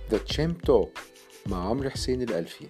The Champ Talk مع عمرو حسين الألفي.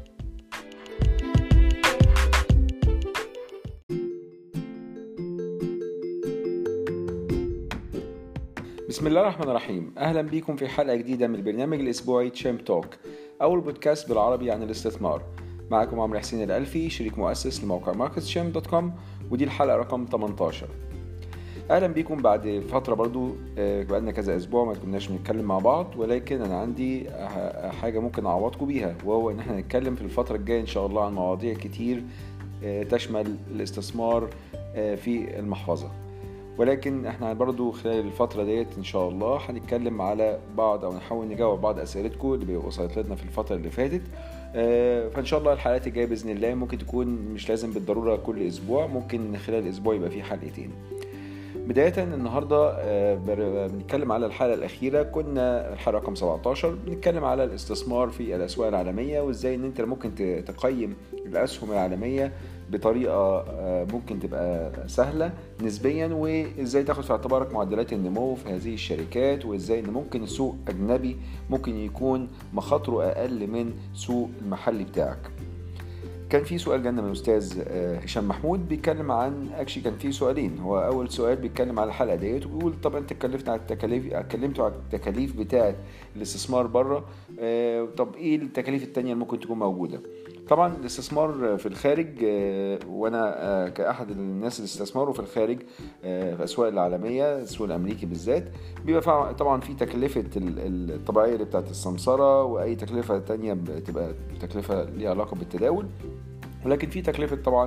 بسم الله الرحمن الرحيم. أهلا بكم في حلقة جديدة من البرنامج الأسبوعي تشامب توك، أول بودكاست بالعربي عن الاستثمار. معكم عمرو حسين الألفي، شريك مؤسس لموقع marketschamp.com، ودي الحلقة رقم 18. أهلا بكم بعد فترة برضو بقالنا كذا أسبوع ما كناش بنتكلم مع بعض، ولكن أنا عندي حاجة ممكن أعوضكم بيها، وهو إن احنا نتكلم في الفترة الجاية إن شاء الله عن مواضيع كتير تشمل الاستثمار في المحفظة. ولكن احنا برضو خلال الفترة ديت ان شاء الله هنتكلم على بعض او نحاول نجاوب بعض اسئلتكم اللي وصلت لنا في الفترة اللي فاتت. فان شاء الله الحلقات الجاية باذن الله ممكن تكون مش لازم بالضرورة كل اسبوع، ممكن خلال اسبوع يبقى فيه حلقتين. بداية النهاردة بنتكلم على الحلقة الأخيرة، كنا الحلقة رقم 17 بنتكلم على الاستثمار في الأسواق العالمية، وإزاي إن أنت ممكن تقيم الأسهم العالمية بطريقة ممكن تبقى سهلة نسبيا، وإزاي تاخد في اعتبارك معدلات النمو في هذه الشركات، وإزاي إن ممكن السوق أجنبي ممكن يكون مخاطره أقل من سوق المحلي بتاعك. كان في سؤال جانا من الأستاذ هشام محمود بيتكلم عن كان في سؤالين. هو أول سؤال بيتكلم على الحلقة ديت وبيقول طبعا أنت اتكلمتوا على التكاليف بتاعة الاستثمار بره، طب إيه التكاليف التانية اللي ممكن تكون موجودة؟ طبعا الاستثمار في الخارج، وانا كأحد الناس اللي استثمروا في الخارج في الأسواق العالمية، السوق الأمريكي بالذات، بيبقى طبعا في تكلفة الطبيعية اللي بتاعت السمسرة، وأي تكلفة تانية بتبقى تكلفة ليها علاقة بالتداول، ولكن في تكلفة طبعا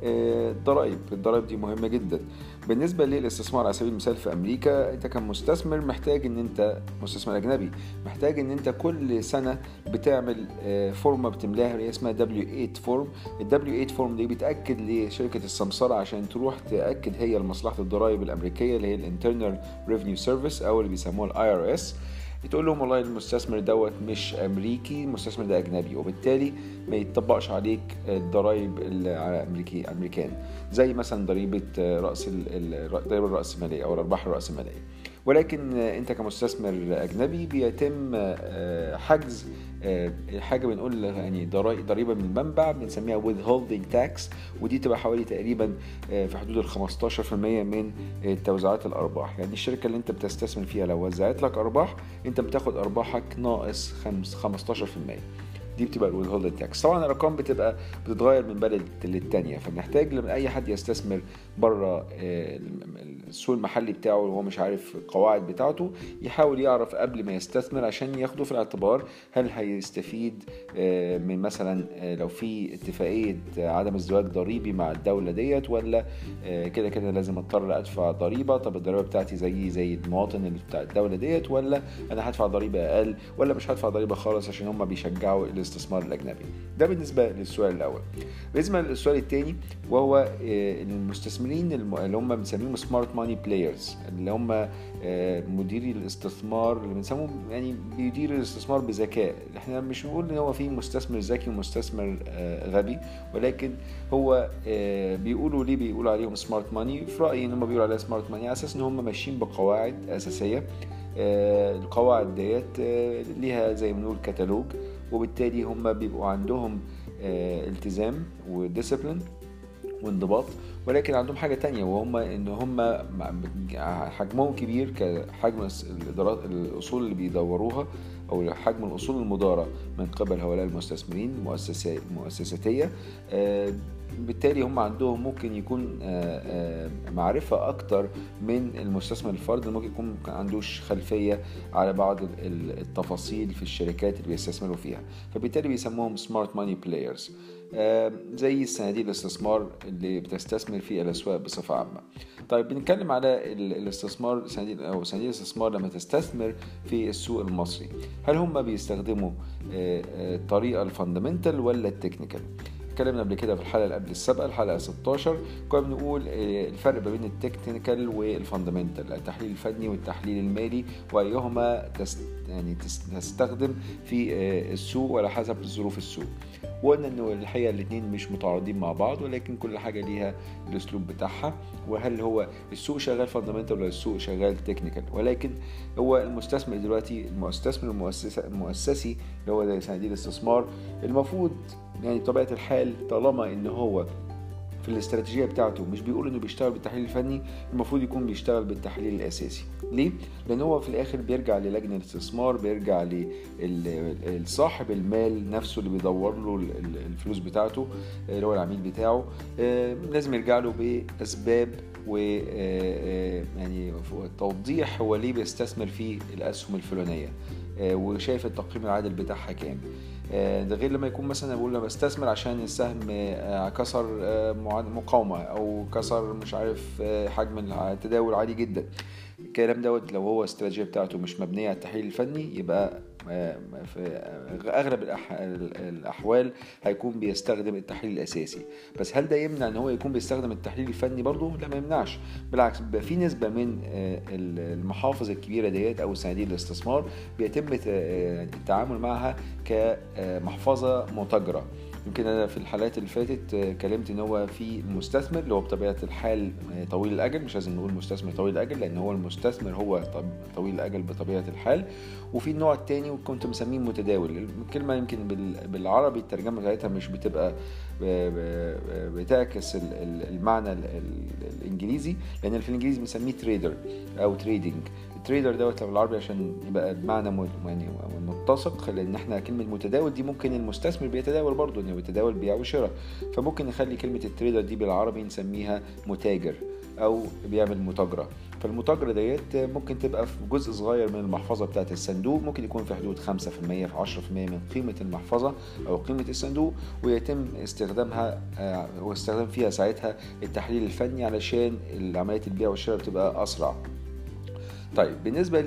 الضرائب دي مهمة جدا. بالنسبة للاستثمار على سبيل المثال في أمريكا، أنت كمستثمر محتاج أن أنت مستثمر أجنبي محتاج أن أنت كل سنة بتعمل فورمة بتملاها اللي اسمها W8 فورم. W8 فورم دي بتأكد لشركة السمسرة عشان تروح تأكد هي لمصلحة الضرائب الأمريكية اللي هي الانترنال ريفينيو سيرفيس أو اللي بيسموها IRS. تقول لهم والله المستثمر دوت مش أمريكي، المستثمر ده أجنبي، وبالتالي ما يتطبقش عليك الضرائب الأمريكان، زي مثلا ضريبة الرأسمالية أو الأرباح الرأسمالية. ولكن أنت كمستثمر أجنبي بيتم حجز حاجة بنقول يعني ضريبة من المنبع بنسميها withholding tax، ودي تبقى حوالي تقريبا في حدود 15% من توزيعات الأرباح. يعني الشركة اللي أنت بتستثمر فيها لو وزعت لك أرباح، أنت بتاخد أرباحك ناقص 15%. دي بتبقى الويل تاكس. طبعا الارقام بتتغير من بلد للتانية، فبنحتاج لما اي حد يستثمر بره السوق المحلي بتاعه وهو مش عارف القواعد بتاعته، يحاول يعرف قبل ما يستثمر عشان ياخده في الاعتبار هل هيستفيد من مثلا لو في اتفاقية عدم ازدواج ضريبي مع الدولة ديت، ولا كده لازم اضطر ادفع ضريبة. طب الضريبة بتاعتي زي المواطن اللي بتاع الدولة ديت، ولا انا هدفع ضريبة اقل، ولا مش هدفع ضريبة خالص عشان هم بيشجعوا الاستثمار الأجنبي. ده بالنسبة للسؤال الأول. بالنسبة للسؤال الثاني، وهو المستثمرين اللي هم بنسميهم سمارت ماني بلايرز، اللي هم مديري الاستثمار اللي بنسموه يعني بيدير الاستثمار بذكاء. احنا مش بنقول ان هو في مستثمر ذكي ومستثمر غبي، ولكن هو بيقولوا عليهم سمارت ماني. في رأيي ان هم بيقولوا عليها سمارت ماني على اساس ان هم ماشيين بقواعد أساسية. القواعد ديت ليها زي ما نقول كتالوج، وبالتالي هم بيبقوا عندهم التزام وديسيبلين وانضباط، ولكن عندهم حاجة تانية، وهم ان هم حجمهم كبير كحجم الأصول اللي بيدوروها أو حجم الأصول المدارة من قبل هؤلاء المستثمرين مؤسساتية. بالتالي هم عندهم ممكن يكون معرفة أكتر من المستثمر الفرد، ممكن يكون عندوش خلفية على بعض التفاصيل في الشركات اللي بيستثمروا فيها، فبالتالي بيسموهم سمارت ماني بلايرز، زي صناديق الاستثمار اللي بتستثمر في الأسواق بصفة عامة. طيب بنتكلم على الاستثمار صناديق الاستثمار لما تستثمر في السوق المصري، هل هم بيستخدموا الطريقة الفاندامنتال ولا التكنيكال؟ اتكلمنا قبل كده في الحلقة اللي قبل السابقة، الحلقة 16، كنا بنقول الفرق ما بين التكنيكال والفاندامنتال، التحليل الفني والتحليل المالي، وأيهما يعني تستخدم في السوق وعلى حسب ظروف السوق. وقلنا انه الحقيقه الاثنين مش متعارضين مع بعض، ولكن كل حاجه ليها الاسلوب بتاعها، وهل هو السوق شغال فاندامنتال ولا السوق شغال تكنيكال. ولكن هو المستثمر دلوقتي، المستثمر المؤسسي اللي هو زي صناديق الاستثمار، المفروض يعني بطبيعه الحال طالما ان هو في الاستراتيجية بتاعته مش بيقول انه بيشتغل بالتحليل الفني، المفروض يكون بيشتغل بالتحليل الاساسي. ليه؟ لان هو في الاخر بيرجع للجنة الاستثمار، بيرجع لصاحب المال نفسه اللي بيدور له الفلوس بتاعته اللي هو العميل بتاعه. لازم يرجع له باسباب و يعني توضيح هو ليه بيستثمر في الاسهم الفلانية، وشايف التقييم العادل بتاعها كام. ده غير لما يكون مثلا بقول لما استثمر عشان السهم كسر مقاومة او كسر مش عارف حجم التداول عالي جدا. الكلام دوت لو هو الاستراتيجية بتاعته مش مبنية على التحليل الفني، يبقى في اغلب الاحوال هيكون بيستخدم التحليل الاساسي. بس هل ده يمنع ان هو يكون بيستخدم التحليل الفني برضه؟ لا، ما يمنعش، بالعكس بيبقى في نسبة من المحافظ الكبيرة ديت او صناديق الاستثمار بيتم التعامل معها كمحفظة متاجرة. يمكن انا في الحلقات اللي فاتت كلمت ان هو في المستثمر اللي هو بطبيعه الحال طويل الاجل، مش لازم نقول مستثمر طويل الاجل لان هو المستثمر هو طويل الاجل بطبيعه الحال، وفي النوع الثاني وكنت مسميه متداول. الكلمه يمكن بالعربي الترجمه بتاعتها مش بتبقى بتعكس المعنى الانجليزي، لان في الانجليزي بنسميه تريدر او تريدنج. التريدر دوت لو بالعربي عشان يبقى بمعنى يعني متسق، لان احنا كلمه متداول دي ممكن المستثمر بيتداول برضه، انه بيتداول بيع وشراء، فممكن نخلي كلمه التريدر دي بالعربي نسميها متاجر او بيعمل متاجره. فالمتاجره ديت ممكن تبقى في جزء صغير من المحفظه بتاعه الصندوق، ممكن يكون في حدود 5% في 10% من قيمه المحفظه او قيمه الصندوق، ويتم استخدامها واستخدام فيها ساعتها التحليل الفني علشان عمليه البيع والشراء بتبقى اسرع. طيب بالنسبة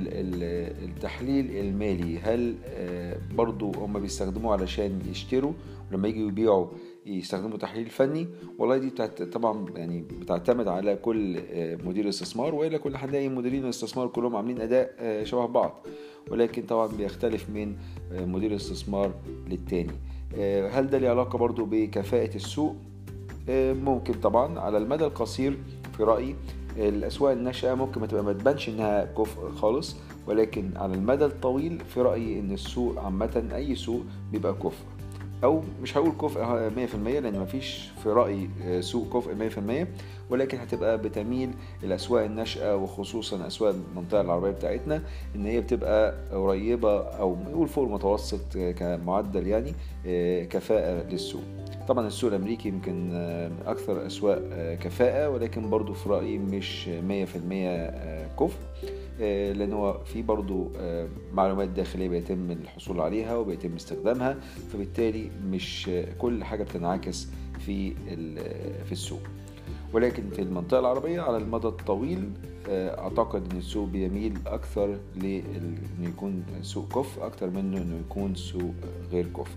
للتحليل المالي، هل برضو هم بيستخدموه علشان يشتروا ولما يجوا يبيعوا يستخدموا تحليل فني؟ والله دي طبعا يعني بتعتمد على كل مدير استثمار، وإلا كل هنلاقي مديرين الاستثمار كلهم عاملين أداء شبه بعض، ولكن طبعا بيختلف من مدير استثمار للتاني. هل ده له علاقة برضو بكفاءة السوق؟ ممكن طبعا. على المدى القصير في رأيي الأسواق الناشئة ممكن ما تبانش إنها كفء خالص، ولكن على المدى الطويل في رأيي إن السوق عامة أي سوق بيبقى كفء، أو مش هقول كفء 100% لأن مفيش في رأيي سوق كفء 100%، ولكن هتبقى بتميل الأسواق الناشئة وخصوصا أسواق المنطقة العربية بتاعتنا إن هي بتبقى قريبة أو نقول فوق المتوسط كمعدل يعني كفاءة للسوق. طبعا السوق الأمريكي يمكن أكثر أسواق كفاءة، ولكن برضو في رأيي مش 100% كفء، لأن هو في برضو معلومات داخلية بيتم الحصول عليها وبيتم استخدامها، فبالتالي مش كل حاجة بتنعكس في السوق. ولكن في المنطقة العربية على المدى الطويل أعتقد أن السوق بيميل أكثر لأنه يكون سوق كفء أكثر منه أنه يكون سوق غير كفء.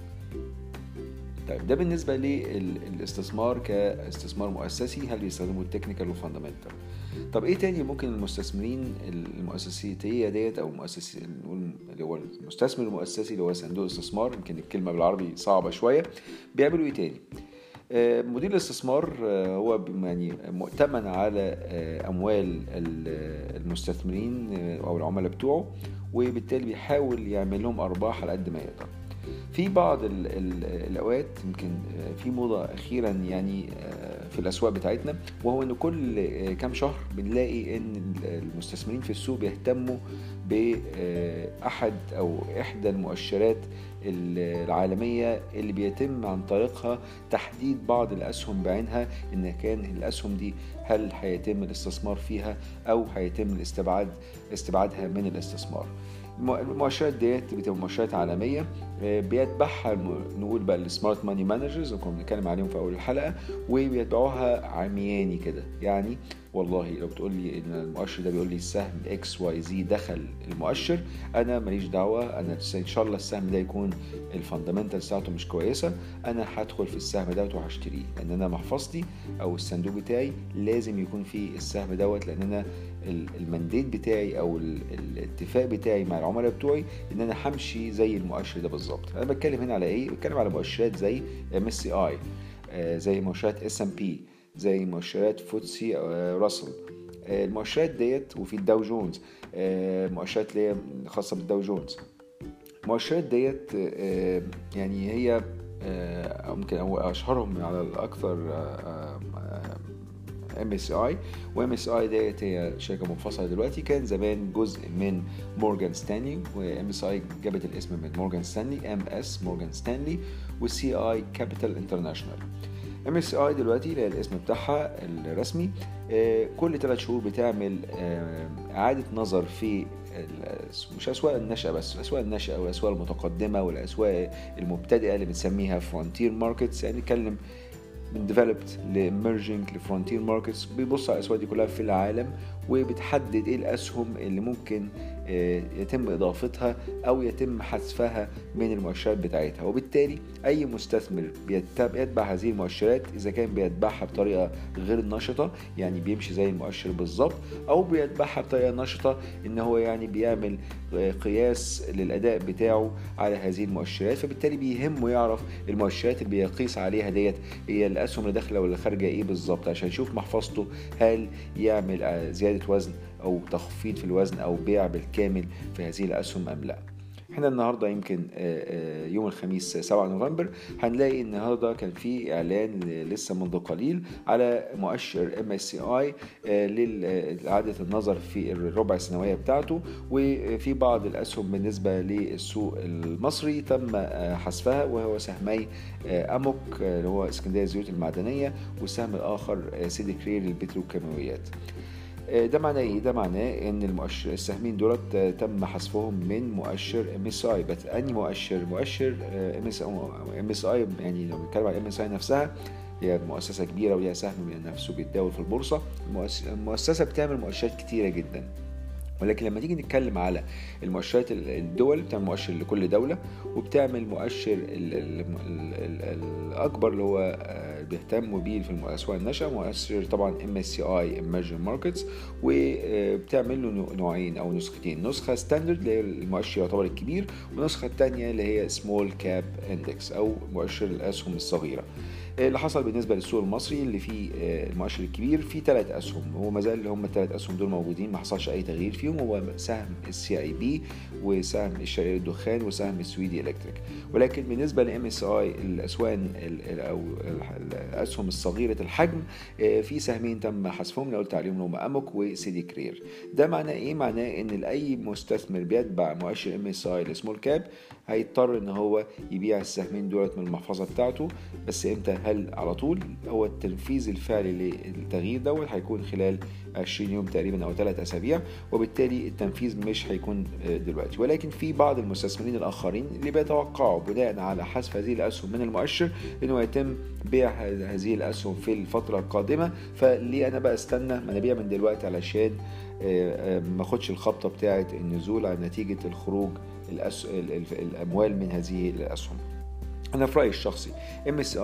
طيب ده بالنسبة للاستثمار كاستثمار مؤسسي، هل بيستخدموا التكنيكال والفاندامنتال. طب ايه تاني ممكن المستثمرين المؤسسية ديت او اللي هو المستثمر المؤسسي اللي هو صندوق الاستثمار، يمكن الكلمة بالعربي صعبة شوية، بيعملوا ايه تاني؟ مدير الاستثمار هو يعني مؤتمن على اموال المستثمرين او العملاء بتوعه، وبالتالي بيحاول يعمل لهم ارباح على قد ما يقدر. في بعض الأوقات يمكن في موضة أخيرا يعني في الأسواق بتاعتنا، وهو أن كل كام شهر بنلاقي أن المستثمرين في السوق بيهتموا بأحد أو إحدى المؤشرات العالمية اللي بيتم عن طريقها تحديد بعض الأسهم بعينها، إن كان الأسهم دي هل هيتم الاستثمار فيها أو هيتم استبعادها من الاستثمار. المؤشرات ديت بتبقى مؤشرات عالمية بيتبعها نقول بقى السمارت ماني مانجرز اللي كنا بنتكلم عليهم في أول الحلقة، وبيتبعوها عمياني كده. يعني والله لو بتقول لي ان المؤشر ده بيقول لي السهم XYZ دخل المؤشر، انا ماليش دعوة، انا ان شاء الله السهم ده يكون الفاندامنتالز بتاعته مش كويسه، انا هدخل في السهم دوت وهشتريه، لان انا محفظتي او الصندوق بتاعي لازم يكون فيه السهم دوت، لان انا المنديت بتاعي او الاتفاق بتاعي مع العملاء بتوعي ان انا همشي زي المؤشر ده بالظبط. انا بتكلم هنا على ايه؟ بتكلم على مؤشرات زي MSCI، زي مؤشرات S&P، زي مؤشرات فوتسي راسل، المؤشرات ديت، وفي الداو جونز، مؤشرات اللي هي خاصة بالداو جونز. المؤشرات ديت يعني هي ممكن أو أشهرهم على الأكثر MSCI، و MSCI ديت هي شركة منفصلة دلوقتي، كان زمان جزء من مورجان ستانلي، و MSCI جابت الاسم من مورجان ستانلي، MS مورجان ستانلي، و CI كابيتال انترناشونال. MSCI دلوقتي اللي هي الاسم بتاعها الرسمي كل 3 شهور بتعمل إعادة نظر في مش أسواق النشأة بس، أسواق النشأة والأسواق المتقدمة والأسواق المبتدئة اللي بنسميها frontier markets، يعني نتكلم من developed ل emerging ل frontier markets. بيبص على الأسواق دي كلها في العالم وبتحدد إيه الأسهم اللي ممكن يتم إضافتها أو يتم حذفها من المؤشرات بتاعتها، وبالتالي أي مستثمر بيتبع هذه المؤشرات إذا كان بيتبعها بطريقة غير نشطة، يعني بيمشي زي المؤشر بالظبط، أو بيتبعها بطريقة نشطة إن هو يعني بيعمل قياس للأداء بتاعه على هذه المؤشرات، فبالتالي بيهمه يعرف المؤشرات اللي بيقيس عليها ديت هي الأسهم اللي داخلة ولا خارجة إيه بالظبط، عشان يشوف محفظته هل يعمل زيادة وزن أو تخفيض في الوزن أو بيع بالكامل في هذه الأسهم أم لا. احنا النهاردة يمكن يوم الخميس 7 نوفمبر، هنلاقي النهاردة كان في إعلان لسه منذ قليل على مؤشر MSCI لإعادة النظر في الربع السنوية بتاعته، وفي بعض الأسهم بالنسبة للسوق المصري تم حذفها، وهو سهمي أموك اللي هو اسكندرية الزيوت المعدنية، والسهم الآخر سيدي كرير للبتروكيماويات. ده معناه ايه؟ ده معناه ان السهمين دولت تم حذفهم من مؤشر MSCI. بس اني مؤشر MSCI، يعني لو بنتكلم على MSCI نفسها هي مؤسسة كبيرة وليها سهم من نفسه بيتداول في البورصة. المؤسسة بتعمل مؤشرات كتيرة جدا، ولكن لما تيجي نتكلم على المؤشرات الدول، بتعمل مؤشر لكل دولة، وبتعمل مؤشر الأكبر اللي هو بيهتموا بيه في الأسواق الناشئة، مؤشر طبعا MSCI Emerging Markets، وبتعمل له نوعين أو نسختين، نسخة ستاندرد اللي هي المؤشر يعتبر الكبير، ونسخة الثانية اللي هي Small Cap Index أو مؤشر الأسهم الصغيرة. اللي حصل بالنسبة للسوق المصري اللي فيه المؤشر الكبير فيه 3 أسهم، هو ما زال هم ال3 أسهم دول موجودين، ما حصلش أي تغيير فيهم، هو سهم CIB وسهم الشرقية للدخان وسهم السويدي إلكتريك. ولكن بالنسبة لMSCI الأسواق أو الأسهم الصغيرة الحجم في سهمين تم حذفهم اللي قلت عليهم، هم أموك وسيدي كرير. ده معناه إيه؟ معناه إن أي مستثمر بيتبع مؤشر MSCI لسمول كاب هيضطر إن هو يبيع السهمين دولت من المحفظة بتاعته. بس إمتى؟ هل على طول؟ هو التنفيذ الفعلي للتغيير دوت هيكون خلال 20 يوم تقريبا أو 3 أسابيع، وبالتالي التنفيذ مش هيكون دلوقتي. ولكن في بعض المستثمرين الآخرين اللي بيتوقعوا بناء على حذف هذه الأسهم من المؤشر إنه يتم بيع هذه الأسهم في الفترة القادمة. فليه أنا بقى استنى؟ ما أنا بيع من دلوقتي علشان ما أخدش الخبطة بتاعة النزول عن نتيجة الخروج الأموال من هذه الأسهم. أنا في رأيي الشخصي MSCI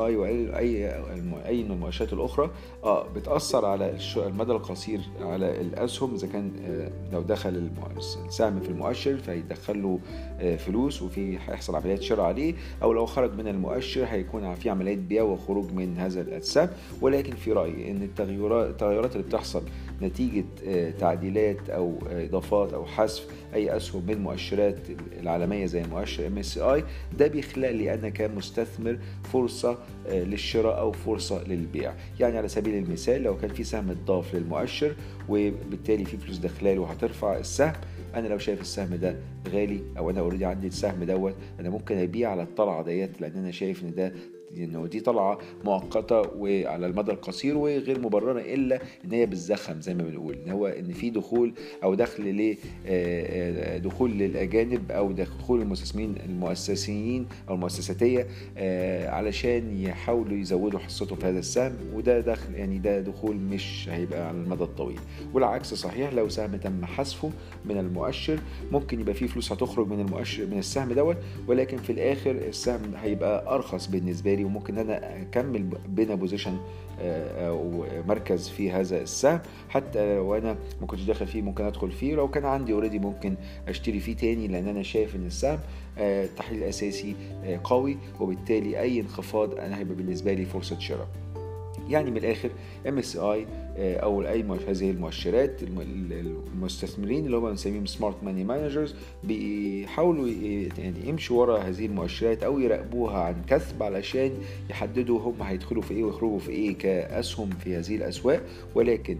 وأي من المؤشرات الأخرى بتأثر على المدى القصير على الأسهم، إذا كان لو دخل السهم في المؤشر فهيدخل له فلوس وفي هيحصل عمليات شراء عليه، أو لو خرج من المؤشر هيكون في عمليات بيع وخروج من هذا السهم. ولكن في رأيي إن التغيرات اللي بتحصل نتيجة تعديلات أو إضافات أو حذف أي أسهم من المؤشرات العالمية زي مؤشر MSCI ده بيخلق لي أنا كمستثمر فرصة للشراء أو فرصة للبيع. يعني على سبيل المثال لو كان في سهم اتضاف للمؤشر وبالتالي في فلوس داخلاله وهترفع السهم، أنا لو شايف السهم ده غالي أو أنا أوريدي عندي السهم دوت، أنا ممكن أبيع على الطلعة ديت، لأن أنا شايف إن ده انه دي طلعه مؤقته وعلى المدى القصير وغير مبرره الا ان هي بالزخم زي ما بنقول، ان هو ان في دخول او دخل دخول للاجانب او دخول المستثمرين المؤسسيين او المؤسساتيه علشان يحاولوا يزودوا حصتهم في هذا السهم، وده دخل يعني ده دخول مش هيبقى على المدى الطويل. والعكس صحيح، لو سهم تم حذفه من المؤشر ممكن يبقى فيه فلوس هتخرج من المؤشر من السهم دوت، ولكن في الاخر السهم هيبقى ارخص بالنسبه لي وممكن انا اكمل بين بوزيشن او مركز في هذا السهم، حتى لو انا ما كنتش داخل فيه ممكن ادخل فيه، لو كان عندي اوريدي ممكن اشتري فيه تاني، لان انا شايف ان السهم التحليل الاساسي قوي، وبالتالي اي انخفاض انا هيبقى بالنسبه لي فرصه شراء. يعني من الاخر MSCI او اي هذه المؤشرات المستثمرين اللي هم بنسميهم سمارت ماني مانجرز بيحاولوا يعني يمشوا ورا هذه المؤشرات او يراقبوها عن كثب علشان يحددوا هم هيدخلوا في ايه ويخرجوا في ايه كاسهم في هذه الاسواق. ولكن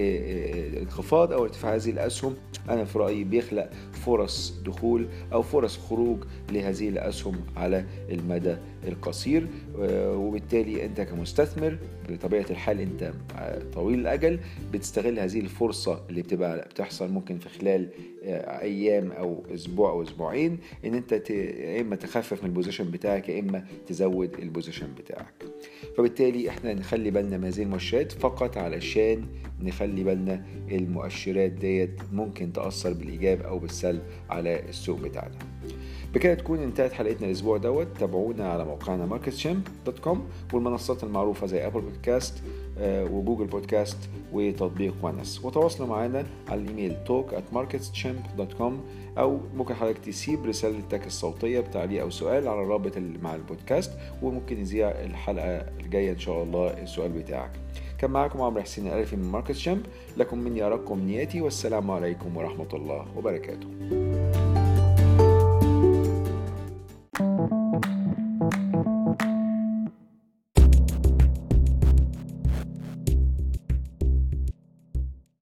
انخفاض او ارتفاع هذه الاسهم انا في رايي بيخلق فرص دخول او فرص خروج لهذه الاسهم على المدى القصير، وبالتالي انت كمستثمر بطبيعه الحال انت طويل الاجل بتستغل هذه الفرصه اللي بتحصل ممكن في خلال ايام او اسبوع او اسبوعين، ان انت يا اما تخفف من البوزيشن بتاعك يا اما تزود البوزيشن بتاعك. فبالتالي احنا نخلي بالنا من هذه المؤشرات فقط علشان نخلي بالنا المؤشرات ديت ممكن تأثر بالإيجاب أو بالسلب على السوق بتاعنا. بكده تكون انتهت حلقتنا الأسبوع دوت. تابعونا على موقعنا marketschamp.com والمنصات المعروفة زي أبل بودكاست وجوجل بودكاست وتطبيق ونس، وتواصلوا معنا على الإيميل talk@marketschamp.com، أو ممكن حضرتك تسيب رسالتك الصوتية بتعليق أو سؤال على الرابط اللي مع البودكاست، وممكن نذيع الحلقة الجاية إن شاء الله السؤال بتاعك. كان معكم عمرو حسين الألفي من ماركت شامب، لكم مني أرق أمنياتي، والسلام عليكم ورحمة الله وبركاته.